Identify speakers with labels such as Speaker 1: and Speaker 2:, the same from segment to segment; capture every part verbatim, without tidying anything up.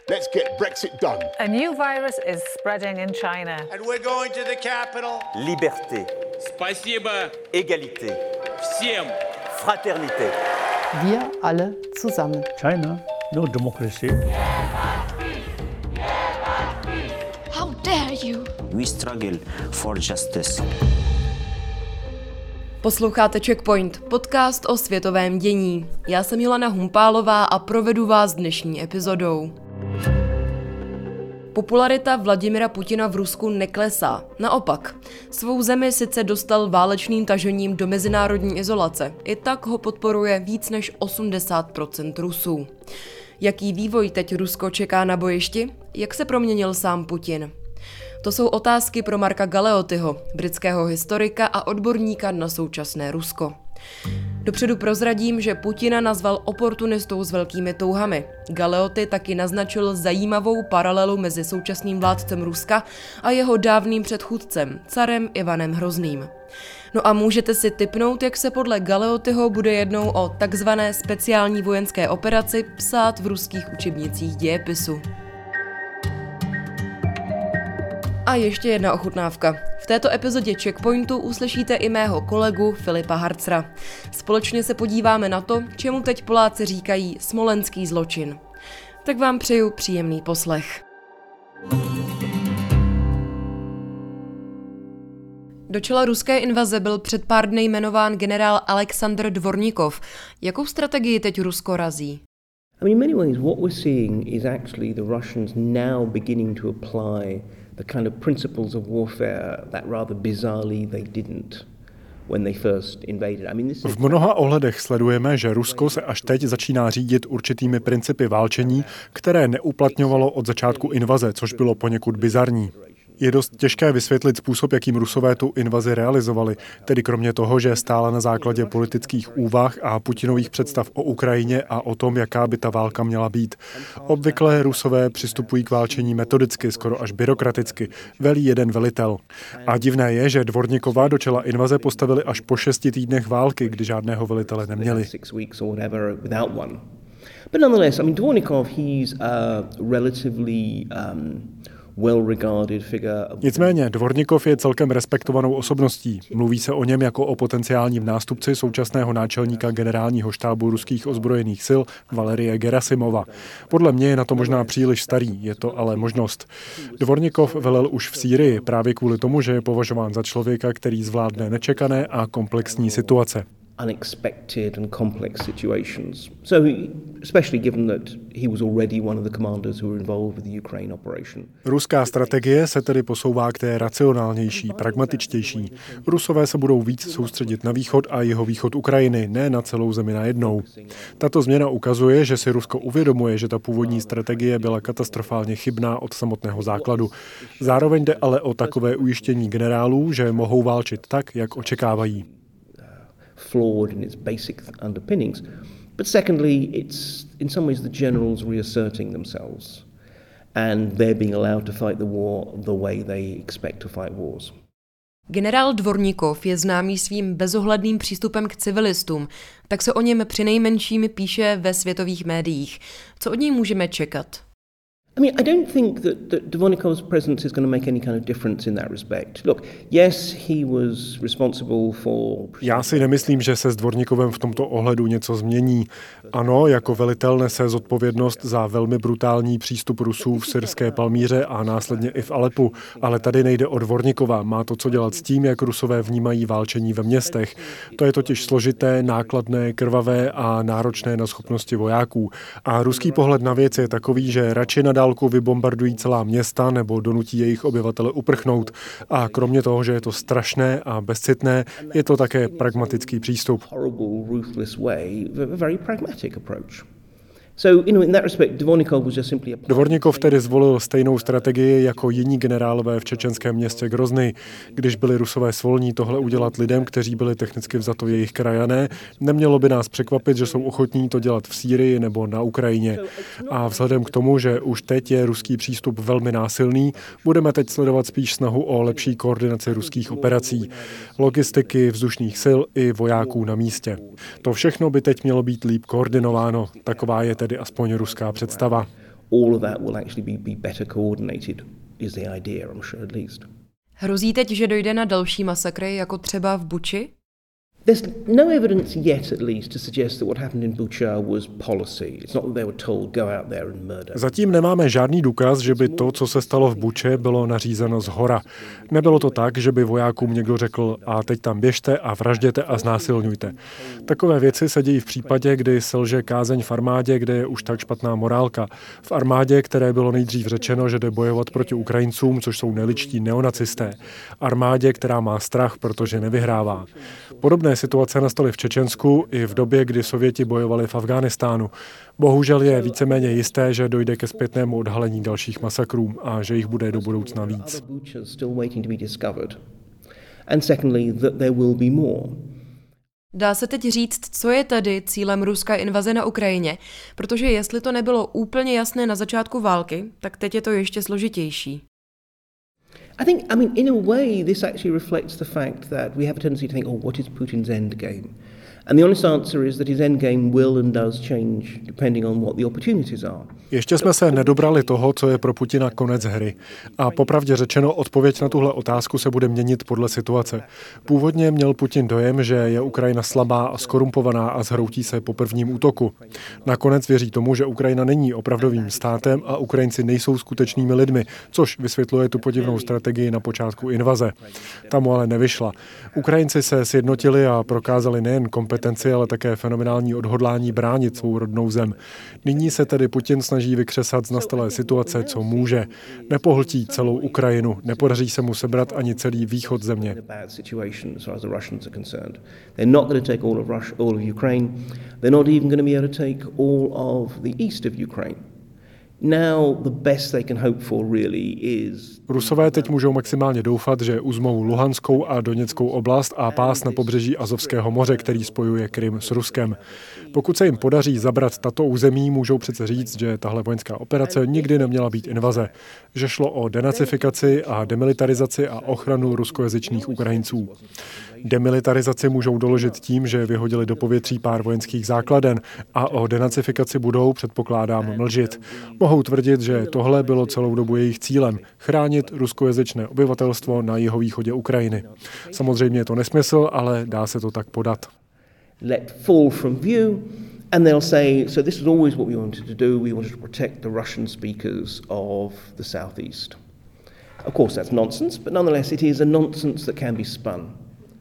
Speaker 1: Let's get Brexit done.
Speaker 2: A new virus is spreading in China.
Speaker 3: And we're going to the capital.
Speaker 4: Liberté.
Speaker 5: Спасибо.
Speaker 4: Égalité.
Speaker 5: Всем.
Speaker 4: Fraternité.
Speaker 6: Wir alle zusammen.
Speaker 7: China, no democracy.
Speaker 8: How dare you?
Speaker 9: We struggle for justice.
Speaker 10: Posloucháte Checkpoint, podcast o světovém dění. Já jsem Milana Humpálová a provedu vás dnešní epizodou. Popularita Vladimira Putina v Rusku neklesá. Naopak, svou zemi sice dostal válečným tažením do mezinárodní izolace, i tak ho podporuje víc než osmdesát procent Rusů. Jaký vývoj teď Rusko čeká na bojišti? Jak se proměnil sám Putin? To jsou otázky pro Marka Galeottiho, britského historika a odborníka na současné Rusko. Dopředu prozradím, že Putina nazval oportunistou s velkými touhami. Galeotti taky naznačil zajímavou paralelu mezi současným vládcem Ruska a jeho dávným předchůdcem, carem Ivanem Hrozným. No a můžete si tipnout, jak se podle Galeottiho bude jednou o takzvané speciální vojenské operaci psát v ruských učebnicích dějepisu. A ještě jedna ochutnávka. V této epizodě Checkpointu uslyšíte i mého kolegu Filipa Harcra. Společně se podíváme na to, čemu teď Poláci říkají smolenský zločin. Tak vám přeju příjemný poslech. Do čela ruské invaze byl před pár dny jmenován generál Alexandr Dvornikov. Jakou strategii teď Rusko razí?
Speaker 11: I mean, in many ways, what we're seeing is actually the Russians now beginning to apply the kind of principles of warfare that rather bizarrely they didn't when they first invaded. I mean, this is...
Speaker 12: V mnoha ohledech sledujeme, že Rusko se až teď začíná řídit určitými principy válčení, které neuplatňovalo od začátku invaze, což bylo poněkud bizarní. Je dost těžké vysvětlit způsob, jakým Rusové tu invazi realizovali, tedy kromě toho, že stála na základě politických úvah a Putinových představ o Ukrajině a o tom, jaká by ta válka měla být. Obvykle Rusové přistupují k válčení metodicky, skoro až byrokraticky, velí jeden velitel. A divné je, že Dvornikova do čela invaze postavili až po šesti týdnech války, kdy žádného velitele neměli.
Speaker 11: But nonetheless, I mean, Dvornikov, he's a relatively um, well-regarded figure.
Speaker 12: Nicméně Dvornikov je celkem respektovanou osobností. Mluví se o něm jako o potenciálním nástupci současného náčelníka generálního štábu ruských ozbrojených sil Valerie Gerasimova. Podle mě je na to možná příliš starý, je to ale možnost. Dvornikov velel už v Sýrii právě kvůli tomu, že je považován za člověka, který zvládne nečekané a komplexní situace.
Speaker 11: Unexpected and complex situations. So, he, especially given that he was already one of the commanders who were involved with the Ukraine operation.
Speaker 12: Ruská strategie se tedy posouvá k té racionálnější, pragmatičtější. Rusové se budou víc soustředit na východ a jeho východ Ukrajiny, ne na celou zemi najednou. Tato změna ukazuje, že si Rusko uvědomuje, že ta původní strategie byla katastrofálně chybná od samotného základu. Zároveň jde ale o takové ujištění generálů, že mohou válčit tak, jak očekávají.
Speaker 11: Flawed in its basic underpinnings. But secondly, it's in some ways the generals reasserting themselves and they're being allowed to fight the war the way they expect to fight wars.
Speaker 10: Generál Dvornikov je známý svým bezohledným přístupem k civilistům, tak se o něm přinejmenším píše ve světových médiích. Co od něj můžeme čekat?
Speaker 11: I mean, I don't think that, that Dvornikov's presence is going to make any kind of difference in that respect. Look, yes, he was responsible for...
Speaker 12: Já si nemyslím, že se s Dvornikovem v tomto ohledu něco změní. Ano, jako velitel nese zodpovědnost za velmi brutální přístup Rusů v syrské Palmíře a následně i v Alepu, ale tady nejde o Dvornikova. Má to co dělat s tím, jak Rusové vnímají válčení ve městech. To je totiž složité, nákladné, krvavé a náročné na schopnosti vojáků. A ruský pohled na věc je takový, že radši nadál vybombardují celá města nebo donutí jejich obyvatele uprchnout. A kromě toho, že je to strašné a bezcitné, je to také pragmatický přístup. Dvornikov tedy zvolil stejnou strategii jako jiní generálové v čečenském městě Grozny. Když byli Rusové svolní tohle udělat lidem, kteří byli technicky vzato jejich krajané, nemělo by nás překvapit, že jsou ochotní to dělat v Sýrii nebo na Ukrajině. A vzhledem k tomu, že už teď je ruský přístup velmi násilný, budeme teď sledovat spíš snahu o lepší koordinaci ruských operací, logistiky, vzdušných sil i vojáků na místě. To všechno by teď mělo být líp koordinováno. Taková je tedy aspoň ruská představa.
Speaker 11: all of that will actually be, be better coordinated, is the idea, I'm sure, at least.
Speaker 10: Hrozí teď, že dojde na další masakry, jako třeba v Buči?
Speaker 11: There's no evidence yet, at least, to suggest that what happened in Bucha was policy. It's not that they were told go out there and murder.
Speaker 12: Zatím nemáme žádný důkaz, že by to, co se stalo v Buče, bylo nařízeno zhora. Nebylo to tak, že by vojákům někdo řekl a teď tam běžte a vražděte a znásilňujte. Takové věci se dějí v případě, kdy selže kázeň v armádě, kde je už tak špatná morálka. V armádě, které bylo nejdřív řečeno, že jde bojovat proti Ukrajincům, což jsou neličtí neonacisté. Armádě, která má strach, protože nevyhrává. Podobné situace nastaly v Čečensku i v době, kdy Sověti bojovali v Afghánistánu. Bohužel je víceméně jisté, že dojde ke zpětnému odhalení dalších masakrů a že jich bude do budoucna víc.
Speaker 10: Dá se teď říct, co je tedy cílem ruské invaze na Ukrajině, protože jestli to nebylo úplně jasné na začátku války, tak teď je to ještě složitější.
Speaker 11: I think, I mean, in a way, this actually reflects the fact that we have a tendency to think, oh, what is Putin's end game? And the honest answer is that his end game will and does change depending on what the opportunities are.
Speaker 12: Ještě jsme se nedobrali toho, co je pro Putina konec hry. A popravdě řečeno, odpověď na tuhle otázku se bude měnit podle situace. Původně měl Putin dojem, že je Ukrajina slabá a skorumpovaná a zhroutí se po prvním útoku. Nakonec věří tomu, že Ukrajina není opravdovým státem a Ukrajinci nejsou skutečnými lidmi, což vysvětluje tu podivnou strategii na počátku invaze. Ta mu ale nevyšla. Ukrajinci se sjednotili a prokázali nejen kompetenci, ale také fenomenální odhodlání bránit svou rodnou zem. Nyní se tedy Putin snaží vykřesat z nastalé situace, co může. Nepohltí celou Ukrajinu, nepodaří se mu sebrat ani celý východ země.
Speaker 11: Now the best they can hope for really is...
Speaker 12: Rusové teď můžou maximálně doufat, že uzmou Luhanskou a Doněckou oblast a pás na pobřeží Azovského moře, který spojuje Krym s Ruskem. Pokud se jim podaří zabrat tato území, můžou přece říct, že tahle vojenská operace nikdy neměla být invaze, že šlo o denacifikaci a demilitarizaci a ochranu ruskojazyčných Ukrajinců. Demilitarizaci můžou doložit tím, že vyhodili do povětří pár vojenských základen a o denacifikaci budou, předpokládám, mlžit. Mohou tvrdit, že tohle bylo celou dobu jejich cílem – chránit ruskojazyčné obyvatelstvo na jihovýchodě Ukrajiny. Samozřejmě je to nesmysl, ale dá se to tak podat.
Speaker 11: Let fall from view, and they'll say, so this is always what we wanted to do. We wanted to protect the Russian speakers of the southeast. Of course, that's nonsense, but nonetheless it is a nonsense that can be spun.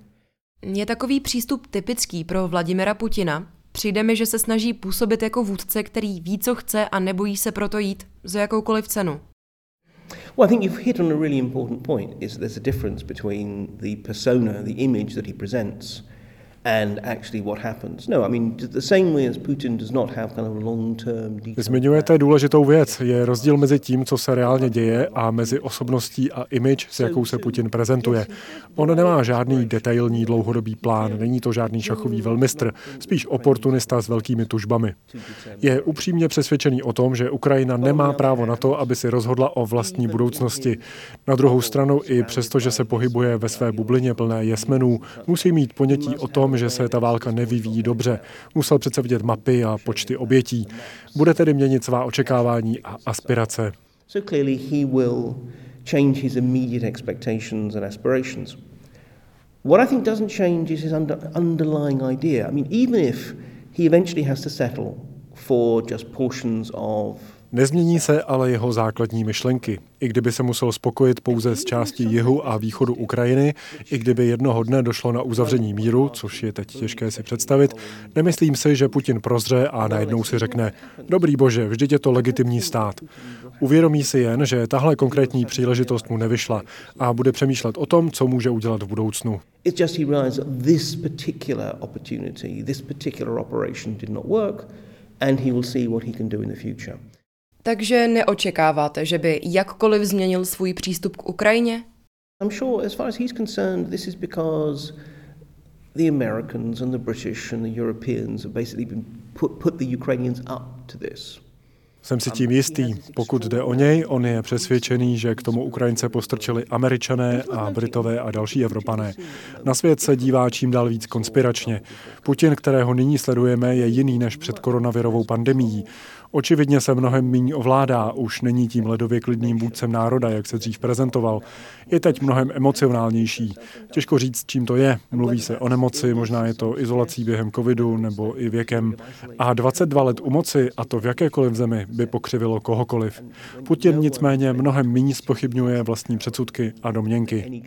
Speaker 10: Je takový přístup typický pro Vladimira Putina? Přijde mi, že se snaží působit jako vůdce, který ví, co chce a nebojí se proto jít za jakoukoliv cenu.
Speaker 11: Well, I think you've hit on a really important point, is there's a difference between the persona, the image that he presents, and actually what happens. No, I mean, the same way as Putin does not have kind of long-term...
Speaker 12: Zmiňujete důležitou věc. Je rozdíl mezi tím, co se reálně děje, a mezi osobností a image, s jakou se Putin prezentuje. On nemá žádný detailní dlouhodobý plán, není to žádný šachový velmistr, spíš oportunista s velkými tužbami. Je upřímně přesvědčený o tom, že Ukrajina nemá právo na to, aby si rozhodla o vlastní budoucnosti. Na druhou stranu, i přesto, že se pohybuje ve své bublině plné jesmenů, musí mít ponětí o tom, že se ta válka nevyvíjí dobře. Musel přece vidět mapy a počty obětí. Bude tedy měnit svá očekávání a aspirace.
Speaker 11: So clearly he will change his immediate expectations and aspirations. What I think doesn't change is his under, underlying idea. I mean, even if he eventually has to settle for just portions of...
Speaker 12: Nezmění se ale jeho základní myšlenky. I kdyby se musel spokojit pouze s částí jihu a východu Ukrajiny, i kdyby jednoho dne došlo na uzavření míru, což je teď těžké si představit, nemyslím si, že Putin prozře a najednou si řekne: dobrý bože, vždyť je to legitimní stát. Uvědomí si jen, že tahle konkrétní příležitost mu nevyšla a bude přemýšlet o tom, co může udělat v budoucnu.
Speaker 11: It's just he realized that this particular opportunity, this particular operation did not work, and he will see what he can do in the future.
Speaker 10: Takže neočekáváte, že by jakkoliv změnil svůj přístup k Ukrajině?
Speaker 11: I'm sure as far as he's concerned, this is because the Americans and the British and the Europeans have basically been put, put the Ukrainians up to this.
Speaker 12: Jsem si tím jistý. Pokud jde o něj, on je přesvědčený, že k tomu Ukrajince postrčili Američané a Britové a další Evropané. Na svět se dívá čím dál víc konspiračně. Putin, kterého nyní sledujeme, je jiný než před koronavirovou pandemií. Očividně se mnohem míň ovládá, už není tím ledově klidným vůdcem národa, jak se dřív prezentoval. Je teď mnohem emocionálnější. Těžko říct, čím to je. Mluví se o nemoci, možná je to izolací během covidu nebo i věkem. A dvacet dva let u moci, a to v jakékoliv zemi, by pokřivilo kohokoliv. Putin nicméně mnohem míň zpochybňuje vlastní předsudky a domněnky.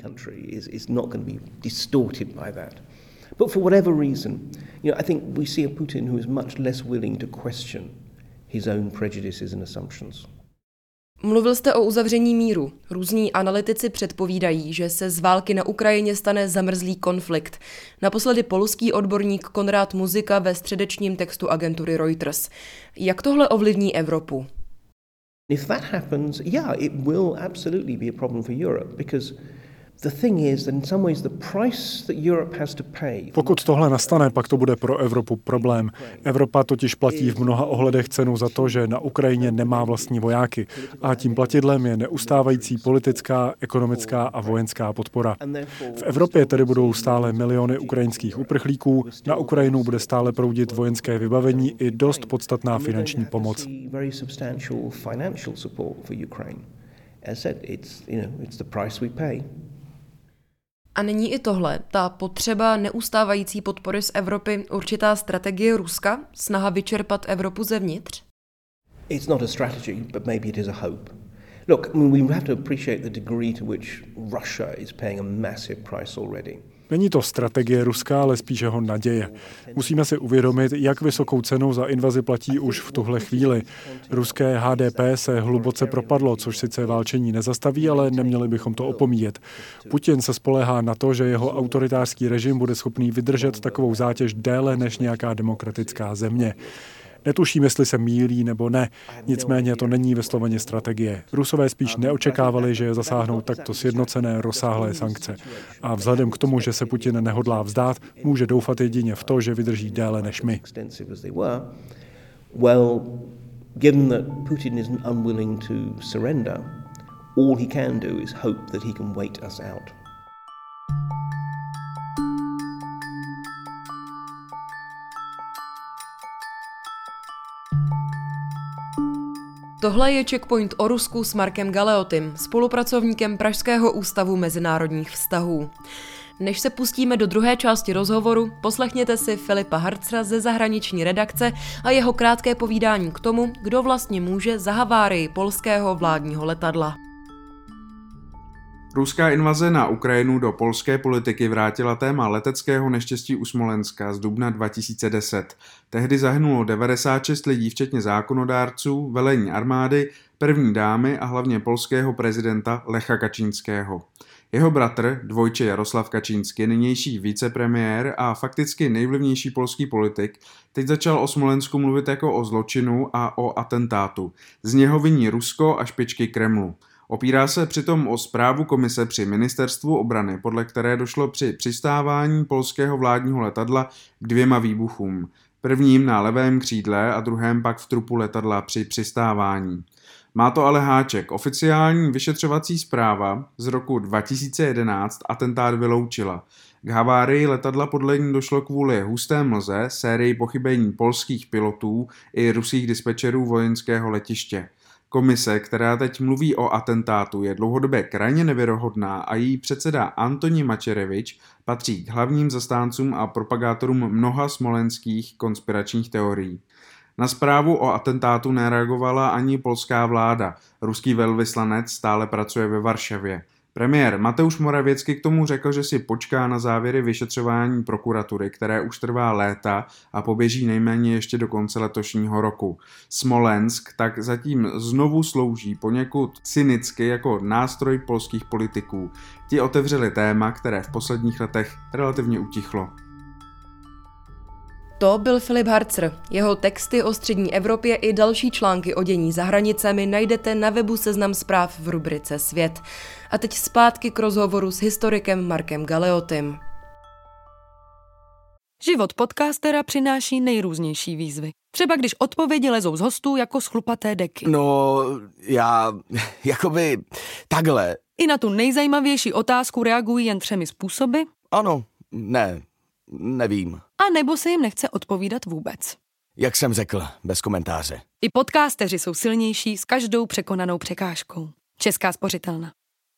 Speaker 11: But for whatever reason, you know, I think we see a Putin who is much less willing to question his own prejudices and assumptions.
Speaker 10: Mluvil jste o uzavření míru. Různí analytici předpovídají, že se z války na Ukrajině stane zamrzlý konflikt. Naposledy polský odborník Konrad Muzyka ve středečním textu agentury Reuters. Jak tohle ovlivní Evropu?
Speaker 11: If that happens, yeah, it will absolutely be a problem for Europe because the thing is that in some ways the price that Europe has to pay.
Speaker 12: Pokud tohle nastane, pak to bude pro Evropu problém. Evropa totiž platí v mnoha ohledech cenu za to, že na Ukrajině nemá vlastní vojáky. A tím platidlem je neustávající politická, ekonomická a vojenská podpora. V Evropě tedy budou stále miliony ukrajinských uprchlíků, na Ukrajinu bude stále proudit vojenské vybavení i dost podstatná finanční pomoc.
Speaker 10: A není i tohle, ta potřeba neustávající podpory z Evropy, určitá strategie Ruska, snaha vyčerpat Evropu zevnitř?
Speaker 11: It's not a strategy, but maybe it is a hope. Look, I mean, we have to appreciate the degree to which Russia is paying a massive price already.
Speaker 12: Není to strategie Ruska, ale spíše ho naděje. Musíme si uvědomit, jak vysokou cenu za invazi platí už v tuhle chvíli. Ruské H D P se hluboce propadlo, což sice válčení nezastaví, ale neměli bychom to opomíjet. Putin se spoléhá na to, že jeho autoritářský režim bude schopný vydržet takovou zátěž déle než nějaká demokratická země. Netuším, jestli se mýlí nebo ne, nicméně to není vysloveně strategie. Rusové spíš neočekávali, že je zasáhnou takto sjednocené rozsáhlé sankce. A vzhledem k tomu, že se Putin nehodlá vzdát, může doufat jedině v to, že vydrží déle než my.
Speaker 11: Well, given that Putin is unwilling to surrender, all he can do is hope that he can wait us out.
Speaker 10: Tohle je Checkpoint o Rusku s Markem Galeotim, spolupracovníkem Pražského ústavu mezinárodních vztahů. Než se pustíme do druhé části rozhovoru, poslechněte si Filipa Harcra ze zahraniční redakce a jeho krátké povídání k tomu, kdo vlastně může za havárii polského vládního letadla.
Speaker 1: Ruská invaze na Ukrajinu do polské politiky vrátila téma leteckého neštěstí u Smolenska z dubna dva tisíce deset. Tehdy zahynulo devadesát šest lidí, včetně zákonodárců, velení armády, první dámy a hlavně polského prezidenta Lecha Kaczynského. Jeho bratr, dvojče Jaroslav Kaczynski, nynější vicepremiér a fakticky nejvlivnější polský politik, teď začal o Smolensku mluvit jako o zločinu a o atentátu. Z něho viní Rusko a špičky Kremlu. Opírá se přitom o zprávu komise při ministerstvu obrany, podle které došlo při přistávání polského vládního letadla k dvěma výbuchům. Prvním na levém křídle a druhém pak v trupu letadla při přistávání. Má to ale háček. Oficiální vyšetřovací zpráva z roku dva tisíce jedenáct atentát vyloučila. K havárii letadla podle ní došlo kvůli husté mlze, sérii pochybení polských pilotů i ruských dispečerů vojenského letiště. Komise, která teď mluví o atentátu, je dlouhodobě krajně nevěrohodná a její předseda Antoni Mačerevič patří k hlavním zastáncům a propagátorům mnoha smolenských konspiračních teorií. Na zprávu o atentátu nereagovala ani polská vláda. Ruský velvyslanec stále pracuje ve Varšavě. Premiér Mateusz Morawiecki k tomu řekl, že si počká na závěry vyšetřování prokuratury, které už trvá léta a poběží nejméně ještě do konce letošního roku. Smolensk tak zatím znovu slouží poněkud cynicky jako nástroj polských politiků. Ti otevřeli téma, které v posledních letech relativně utichlo.
Speaker 10: To byl Filip Harcr. Jeho texty o střední Evropě i další články o dění za hranicemi najdete na webu Seznam zpráv v rubrice Svět. A teď zpátky k rozhovoru s historikem Markem Galeotim.
Speaker 13: Život podcastera přináší nejrůznější výzvy. Třeba když odpovědi lezou z hostů jako z chlupaté deky.
Speaker 14: No, já... jakoby... takhle.
Speaker 13: I na tu nejzajímavější otázku reagují jen třemi způsoby?
Speaker 14: Ano, ne, nevím.
Speaker 13: A nebo se jim nechce odpovídat vůbec.
Speaker 14: Jak jsem řekl, bez komentáře.
Speaker 13: I podcasteři jsou silnější s každou překonanou překážkou. Česká spořitelna.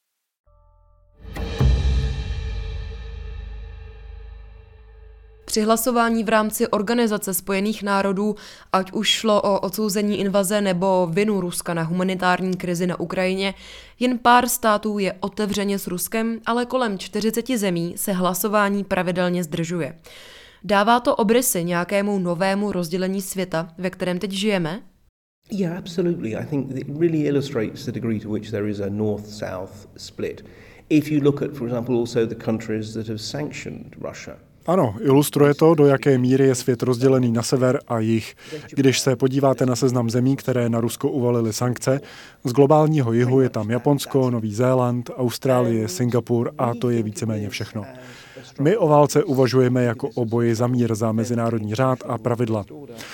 Speaker 10: Při hlasování v rámci Organizace spojených národů, ať už šlo o odsouzení invaze nebo vinu Ruska na humanitární krizi na Ukrajině, jen pár států je otevřeně s Ruskem, ale kolem čtyřicet zemí se hlasování pravidelně zdržuje. Dává to obrysy nějakému novému rozdělení světa, ve kterém teď žijeme?
Speaker 11: Yeah, absolutely. I think it really illustrates the degree to which there is a north-south split. If you look at, for example, also the countries that have sanctioned Russia.
Speaker 12: Ano, ilustruje to, do jaké míry je svět rozdělený na sever a jih. Když se podíváte na seznam zemí, které na Rusko uvalily sankce, z globálního jihu je tam Japonsko, Nový Zéland, Austrálie, Singapur a to je víceméně všechno. My o válce uvažujeme jako o boji za mír, za mezinárodní řád a pravidla.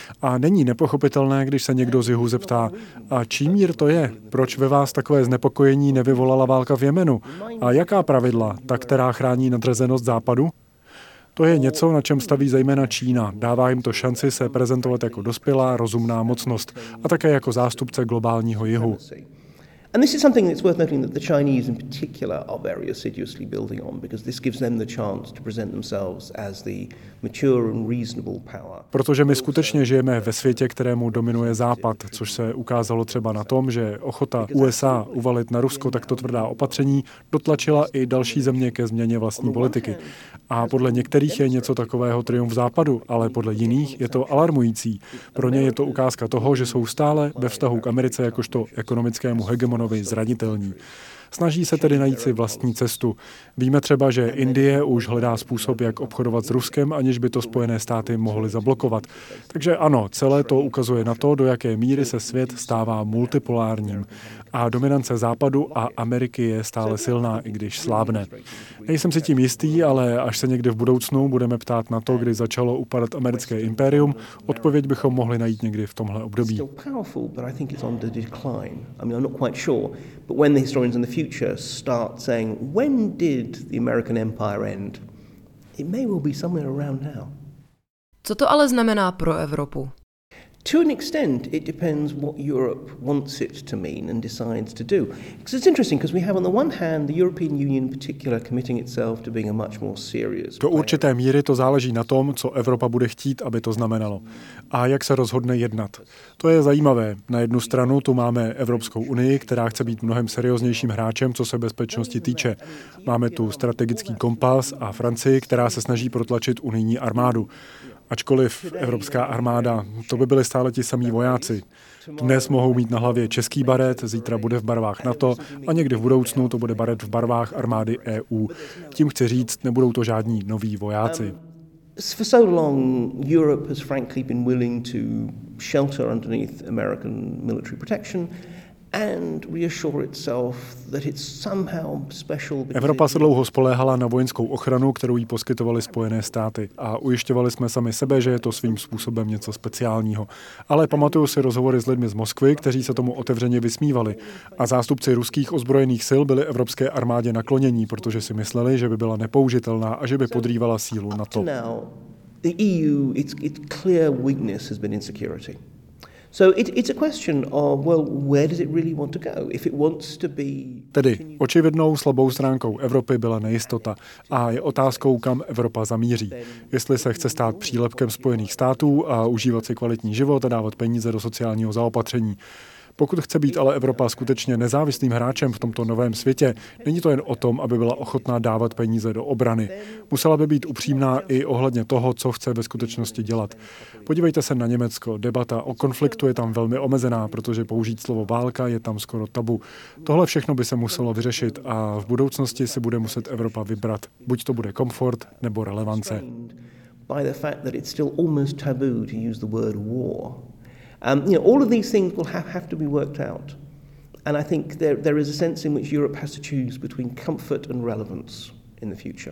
Speaker 12: A není nepochopitelné, když se někdo z jihu zeptá, a čí mír to je? Proč ve vás takové znepokojení nevyvolala válka v Jemenu? A jaká pravidla? Ta, která chrání nadřazenost západu? To je něco, na čem staví zejména Čína. Dává jim to šanci se prezentovat jako dospělá, rozumná mocnost a také jako zástupce globálního jihu.
Speaker 11: And this is something that's worth noting that the Chinese in particular are very assiduously building on, because this gives them the chance to present themselves as the mature and reasonable power.
Speaker 12: Protože my skutečně žijeme ve světě, kterému dominuje Západ, což se ukázalo třeba na tom, že ochota U S A uvalit na Rusko takto tvrdá opatření dotlačila i další země ke změně vlastní politiky. A podle některých je něco takového triumf Západu, ale podle jiných je to alarmující. Pro ně je to ukázka toho, že jsou stále ve vztahu k Americe jakožto ekonomickému hegemonovi zranitelní. Snaží se tedy najít si vlastní cestu. Víme třeba, že Indie už hledá způsob, jak obchodovat s Ruskem, aniž by to Spojené státy mohly zablokovat. Takže ano, celé to ukazuje na to, do jaké míry se svět stává multipolárním. A dominance Západu a Ameriky je stále silná, i když slábne. Nejsem si tím jistý, ale až se někdy v budoucnu budeme ptát na to, kdy začalo upadat americké impérium, odpověď bychom mohli najít někdy v tomhle období.
Speaker 11: Future start saying, when did the American empire end? It may well be somewhere around now.
Speaker 10: Co to ale znamená pro Evropu?
Speaker 11: To an extent, it depends what Europe wants it to mean and decides to do. Because it's interesting, because we have on the one hand the European Union in particular committing itself to being a much more serious.
Speaker 12: Do určité míry to záleží na tom, co Evropa bude chtít, aby to znamenalo. A jak se rozhodne jednat. To je zajímavé. Na jednu stranu tu máme Evropskou unii, která chce být mnohem serióznějším hráčem, co se bezpečnosti týče. Máme tu strategický kompas a Francii, která se snaží protlačit unijní armádu. Ačkoliv evropská armáda, to by byli stále ti samí vojáci. Dnes mohou mít na hlavě český baret, zítra bude v barvách NATO a někdy v budoucnu to bude baret v barvách armády E U. Tím chci říct, nebudou to žádní noví vojáci.
Speaker 11: For so long, Europe has frankly been willing to shelter underneath American military protection and reassure itself that it's somehow special.
Speaker 12: Evropa se dlouho spoléhala na vojenskou ochranu, kterou jí poskytovaly Spojené státy, a ujišťovali jsme sami sebe, že je to svým způsobem něco speciálního. Ale pamatuju si rozhovory s lidmi z Moskvy, kteří se tomu otevřeně vysmívali. A zástupci ruských ozbrojených sil byli evropské armádě naklonění, protože si mysleli, že by byla nepoužitelná a že by podrývala sílu NATO.
Speaker 11: The E U, its its clear weakness has been insecurity. So it, it's a question of, well, where does it really want to go? If it wants to be...
Speaker 12: Tedy očividnou slabou stránkou Evropy byla nejistota a je otázkou, kam Evropa zamíří. Jestli se chce stát přílepkem Spojených států a užívat si kvalitní život a dávat peníze do sociálního zaopatření. Pokud chce být ale Evropa skutečně nezávislým hráčem v tomto novém světě, není to jen o tom, aby byla ochotná dávat peníze do obrany. Musela by být upřímná i ohledně toho, co chce ve skutečnosti dělat. Podívejte se na Německo. Debata o konfliktu je tam velmi omezená, protože použít slovo válka je tam skoro tabu. Tohle všechno by se muselo vyřešit a v budoucnosti si bude muset Evropa vybrat. Buď to bude komfort nebo relevance.
Speaker 11: By the fact that it's still almost taboo to use the word war. Um, you know, all of these things will have, have to be worked out. And I think there, there is a sense in which Europe has to choose between comfort and relevance in the future.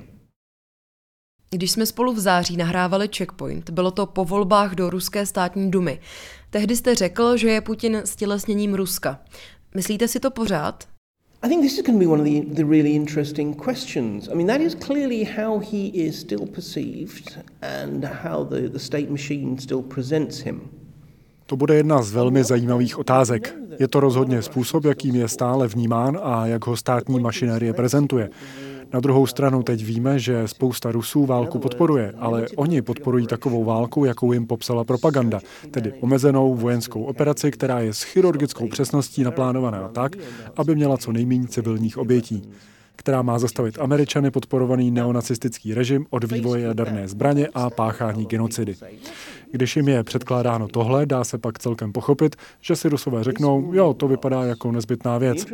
Speaker 10: Když jsme spolu v září nahrávali Checkpoint, bylo to po volbách do ruské státní dumy. Tehdy jste řekl, že je Putin stělesněním Ruska. Myslíte si to pořád?
Speaker 11: I think this is going to be one of the, the really interesting questions. I mean, that is clearly how he is still perceived and how the, the state machine still presents him.
Speaker 12: To bude jedna z velmi zajímavých otázek. Je to rozhodně způsob, jakým je stále vnímán a jak ho státní mašinérie prezentuje. Na druhou stranu teď víme, že spousta Rusů válku podporuje, ale oni podporují takovou válku, jakou jim popsala propaganda, tedy omezenou vojenskou operaci, která je s chirurgickou přesností naplánovaná tak, aby měla co nejméně civilních obětí, která má zastavit Američany podporovaný neonacistický režim od vývoje jaderné zbraně a páchání genocidy. Když jim je předkládáno tohle, dá se pak celkem pochopit, že si Rusové řeknou, jo, to vypadá jako nezbytná věc.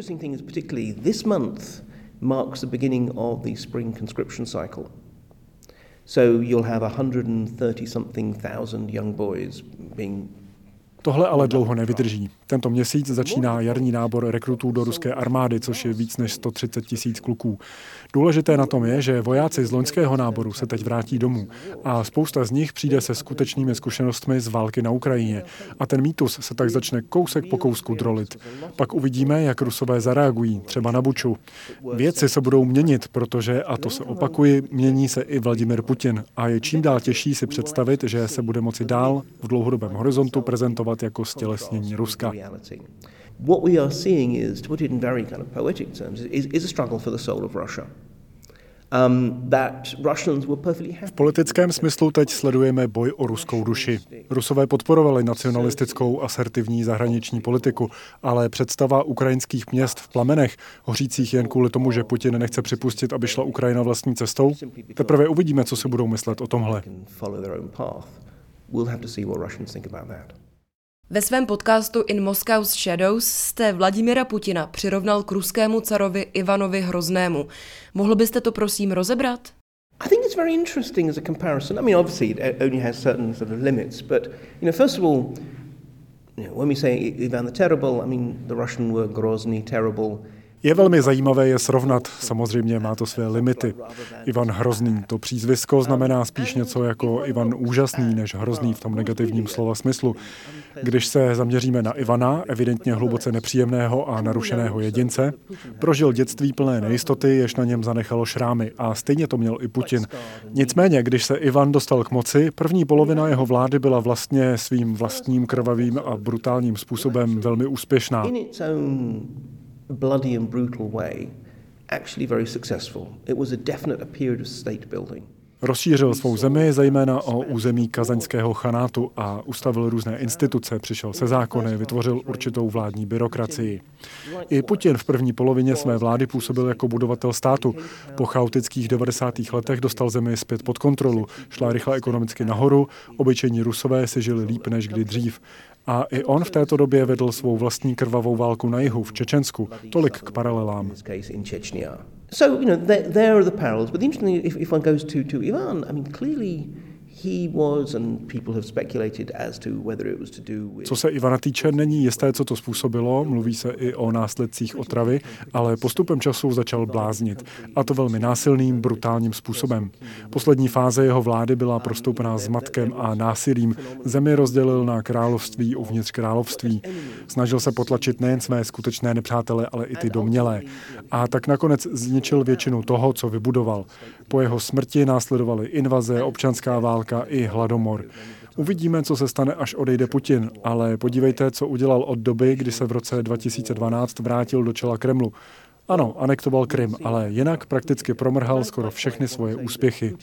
Speaker 11: Marks the beginning of the spring conscription cycle. So you'll have one hundred thirty something thousand young boys being.
Speaker 12: Tohle ale dlouho nevydrží. Tento měsíc začíná jarní nábor rekrutů do ruské armády, což je víc než sto třicet tisíc kluků. Důležité na tom je, že vojáci z loňského náboru se teď vrátí domů a spousta z nich přijde se skutečnými zkušenostmi z války na Ukrajině. A ten mýtus se tak začne kousek po kousku drolit. Pak uvidíme, jak Rusové zareagují, třeba na Buču. Věci se budou měnit, protože, a to se opakuji, mění se i Vladimir Putin a je čím dál těžší si představit, že se bude moci dál v dlouhodobém horizontu prezentovat jako stělesnění Ruska.
Speaker 11: What we are seeing is, to put it in very kind of poetic terms, is, is a struggle for the soul of Russia. Um, that Russians were perfectly happy.
Speaker 12: V politickém smyslu teď sledujeme boj o ruskou duši. Rusové podporovali nacionalistickou asertivní zahraniční politiku, ale představa ukrajinských měst v plamenech, hořících jen kvůli tomu, že Putin nechce připustit, aby šla Ukrajina vlastní cestou, teprve uvidíme, co si budou myslet o tomhle.
Speaker 10: Ve svém podcastu In Moscow's Shadows jste Vladimira Putina přirovnal k ruskému carovi Ivanovi Hroznému. Mohl byste to prosím rozebrat?
Speaker 11: I think it's very interesting as a comparison. I mean, obviously it only has certain sort of limits, but you know, first of all, you know, when we say Ivan the Terrible, I mean the Russian word Grozny, terrible.
Speaker 12: Je velmi zajímavé je srovnat, samozřejmě má to své limity. Ivan Hrozný, to přízvisko znamená spíš něco jako Ivan Úžasný, než hrozný v tom negativním slova smyslu. Když se zaměříme na Ivana, evidentně hluboce nepříjemného a narušeného jedince, prožil dětství plné nejistoty, jež na něm zanechalo šrámy a stejně to měl i Putin. Nicméně, když se Ivan dostal k moci, první polovina jeho vlády byla vlastně svým vlastním krvavým a brutálním způsobem velmi úspěšná.
Speaker 11: Bloody and brutal way, actually very successful. It was a definite a period of state building.
Speaker 12: Rozšířil svou zemi zejména o území kazaňského chanátu a ustavil různé instituce, přišel se zákony, vytvořil určitou vládní byrokracii. I Putin v první polovině své vlády působil jako budovatel státu. Po chaotických devadesátých letech dostal zemi zpět pod kontrolu, šla rychle ekonomicky nahoru, obyčejní Rusové si žili líp než kdy dřív. A i on v této době vedl svou vlastní krvavou válku na jihu, v Čečensku. Tolik k paralelám.
Speaker 11: So, you know, there, there are the parallels. But the interesting thing, if, if one goes to, to Ivan, I mean, clearly he was, and people have speculated as to whether it was to do with...
Speaker 12: Co se Ivana týče, není jisté, co to způsobilo, mluví se i o následcích otravy, ale postupem času začal bláznit. A to velmi násilným, brutálním způsobem. Poslední fáze jeho vlády byla prostoupená zmatkem a násilím. Zemi rozdělil na království uvnitř království. Snažil se potlačit nejen své skutečné nepřátele, ale i ty domnělé. A tak nakonec zničil většinu toho, co vybudoval. Po jeho smrti následovaly invaze, občanská válka i hladomor. Uvidíme, co se stane, až odejde Putin, ale podívejte, co udělal od doby, kdy se v roce dva tisíce dvanáct vrátil do čela Kremlu. Ano, anektoval Krym, ale jinak prakticky promrhal skoro všechny svoje úspěchy.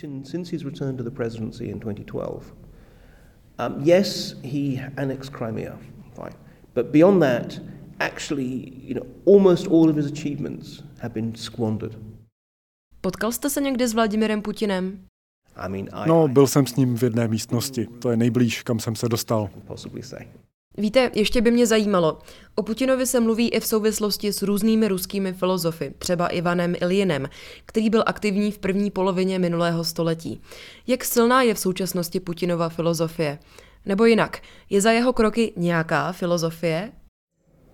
Speaker 11: Um, yes, he annexed Crimea, fine. But beyond that, actually, you know, almost all of his achievements have been squandered.
Speaker 10: Potkal jste se někdy s Vladimirem Putinem?
Speaker 12: No, byl jsem s ním v jedné místnosti. To je nejblíž, kam jsem se dostal.
Speaker 10: Víte, ještě by mě zajímalo. O Putinovi se mluví i v souvislosti s různými ruskými filozofy, třeba Ivanem Iljinem, který byl aktivní v první polovině minulého století. Jak silná je v současnosti Putinova filozofie? Nebo jinak, je za jeho kroky nějaká filozofie?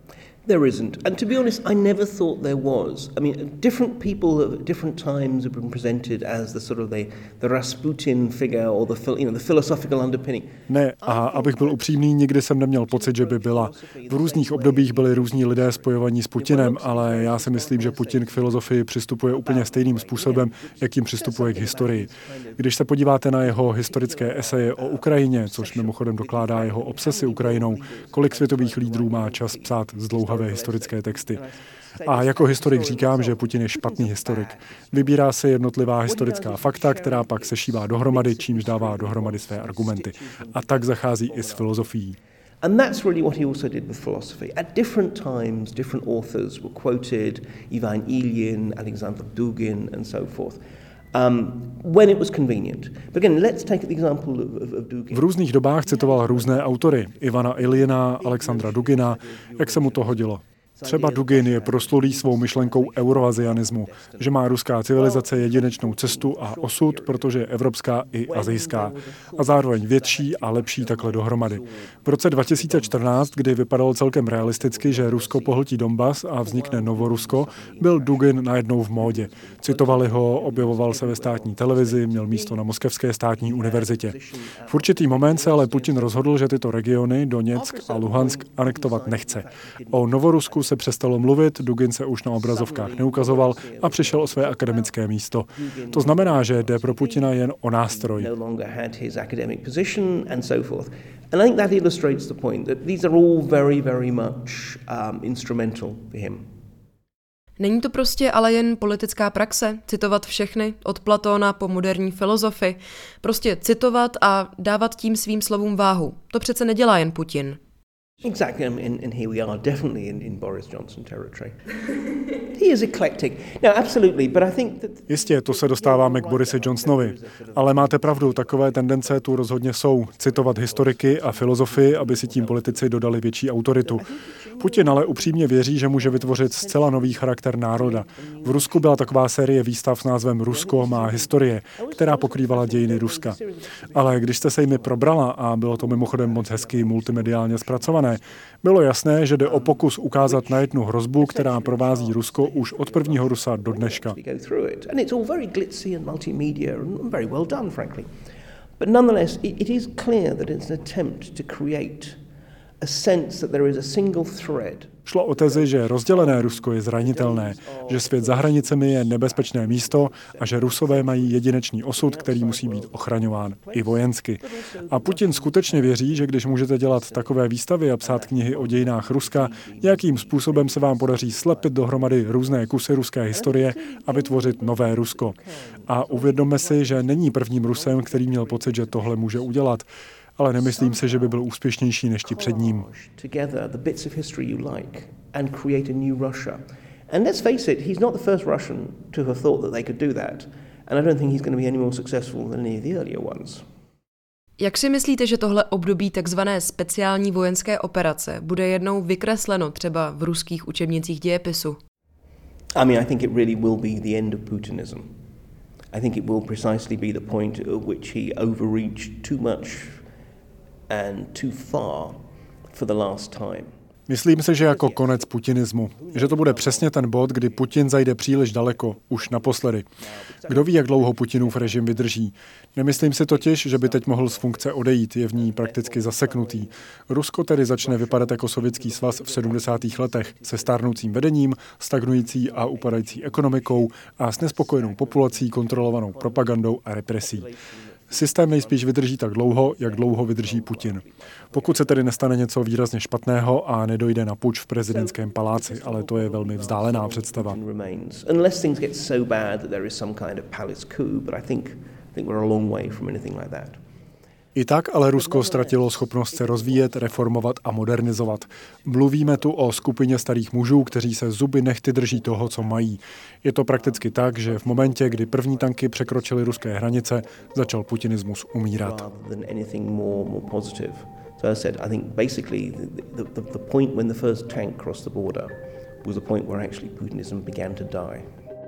Speaker 11: There isn't. And to be honest, I never thought there was. I mean, different people at different times have been presented as the sort of the, the Rasputin figure or the, you know, the philosophical underpinning.
Speaker 12: Ne, a abych byl upřímný, nikdy jsem neměl pocit, že by byla. V různých obdobích byli různí lidé spojovaní s Putinem, ale já si myslím, že Putin k filozofii přistupuje úplně stejným způsobem, jakým přistupuje k historii. Když se podíváte na jeho historické eseje o Ukrajině, což mimochodem dokládá jeho obsesi Ukrajinou, kolik světových lídrů má čas psát zdlouhavé historické texty. A jako historik říkám, že Putin je špatný historik. Vybírá si jednotlivá historická fakta, která pak sešívá dohromady, čímž dává dohromady své argumenty. A tak zachází i s filozofií.
Speaker 11: And that's really what he also did with philosophy. At different times, different authors were quoted, Ivan Ilyin, Alexander Dugin, and so forth. Um, when it was convenient. But again, let's take the example of, of, of Dugin.
Speaker 12: V různých dobách citoval různé autory, Ivana Iljina, Alexandra Dugina, jak se mu to hodilo. Třeba Dugin je proslulý svou myšlenkou euroazianismu, že má ruská civilizace jedinečnou cestu a osud, protože je evropská i asijská. A zároveň větší a lepší takhle dohromady. V roce dva tisíce čtrnáct, kdy vypadalo celkem realisticky, že Rusko pohltí Donbas a vznikne Novorusko, byl Dugin najednou v módě. Citovali ho, objevoval se ve státní televizi, měl místo na Moskevské státní univerzitě. V určitý moment se ale Putin rozhodl, že tyto regiony, Doněck a Luhansk, anektovat nechce. O Novorusku se přestalo mluvit, Dugin se už na obrazovkách neukazoval a přišel o své akademické místo. To znamená, že jde pro Putina jen o nástroj.
Speaker 11: And I think that illustrates the point that these are all very, very much um, instrumental for him.
Speaker 10: Není to prostě ale jen politická praxe, citovat všechny, od Platóna po moderní filozofy, prostě citovat a dávat tím svým slovům váhu. To přece nedělá jen Putin.
Speaker 11: Exactly, and, and here we are definitely in, in Boris Johnson territory. He is eclectic. No, absolutely, but I think that...
Speaker 12: Jistě, to se dostáváme k Borisi Johnsonovi. Ale máte pravdu, takové tendence tu rozhodně jsou. Citovat historiky a filozofii, aby si tím politici dodali větší autoritu. Putin ale upřímně věří, že může vytvořit zcela nový charakter národa. V Rusku byla taková série výstav s názvem Rusko má historie, která pokrývala dějiny Ruska. Ale když jste se jimi probrala, a bylo to mimochodem moc hezky multimediálně zpracované, bylo jasné, že jde o pokus ukázat na jednu hrozbu, která provází Rusko už od prvního Rusa do dneška.
Speaker 11: But nonetheless, it, it is clear that it's an attempt to create a sense that there is a single thread.
Speaker 12: Šlo o tezi, že rozdělené Rusko je zranitelné, že svět za hranicemi je nebezpečné místo a že Rusové mají jedinečný osud, který musí být ochraňován i vojensky. A Putin skutečně věří, že když můžete dělat takové výstavy a psát knihy o dějinách Ruska, jakým způsobem se vám podaří slepit dohromady různé kusy ruské historie a vytvořit nové Rusko. A uvědomme si, že není prvním Rusem, který měl pocit, že tohle může udělat. Ale nemyslím si, že by byl úspěšnější než ti před ním.
Speaker 10: Jak si myslíte, že tohle období takzvané speciální vojenské operace bude jednou vykresleno třeba v ruských učebnicích dějepisu?
Speaker 11: I mean, I think it really will be the end of Putinism. I think it will precisely be the point at which he overreached too much and too far for the last time.
Speaker 12: Myslím si, že jako konec putinismu. Že to bude přesně ten bod, kdy Putin zajde příliš daleko, už naposledy. Kdo ví, jak dlouho Putinův režim vydrží. Nemyslím si totiž, že by teď mohl z funkce odejít, je v ní prakticky zaseknutý. Rusko tedy začne vypadat jako Sovětský svaz v sedmdesátých letech, se stárnoucím vedením, stagnující a upadající ekonomikou a s nespokojenou populací, kontrolovanou propagandou a represí. Systém nejspíš vydrží tak dlouho, jak dlouho vydrží Putin. Pokud se tedy nestane něco výrazně špatného a nedojde na puč v prezidentském paláci, ale to je velmi vzdálená představa. I tak ale Rusko ztratilo schopnost se rozvíjet, reformovat a modernizovat. Mluvíme tu o skupině starých mužů, kteří se zuby nehty drží toho, co mají. Je to prakticky tak, že v momentě, kdy první tanky překročily ruské hranice, začal putinismus umírat.
Speaker 11: So I said, I think basically the, the, the point when the first tank crossed the border was the point where actually Putinism began to die.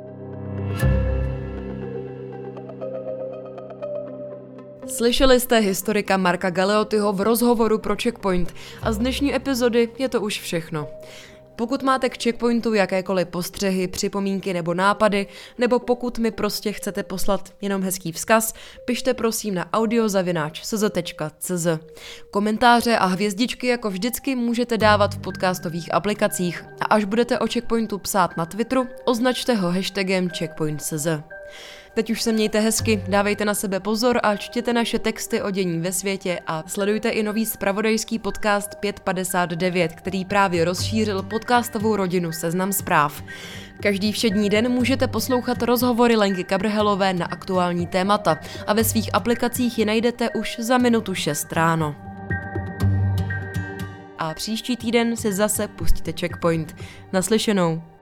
Speaker 10: Slyšeli jste historika Marka Galeottiho v rozhovoru pro Checkpoint a z dnešní epizody je to už všechno. Pokud máte k Checkpointu jakékoliv postřehy, připomínky nebo nápady, nebo pokud mi prostě chcete poslat jenom hezký vzkaz, pište prosím na audio zavináč c z tečka c z. Komentáře a hvězdičky jako vždycky můžete dávat v podcastových aplikacích a až budete o Checkpointu psát na Twitteru, označte ho hashtagem checkpoint tečka c z. Teď už se mějte hezky, dávejte na sebe pozor a čtěte naše texty o dění ve světě a sledujte i nový zpravodajský podcast pět padesát devět, který právě rozšířil podcastovou rodinu Seznam zpráv. Každý všední den můžete poslouchat rozhovory Lenky Kabrhelové na aktuální témata a ve svých aplikacích je najdete už za minutu šest ráno. A příští týden si zase pustíte Checkpoint. Naslyšenou.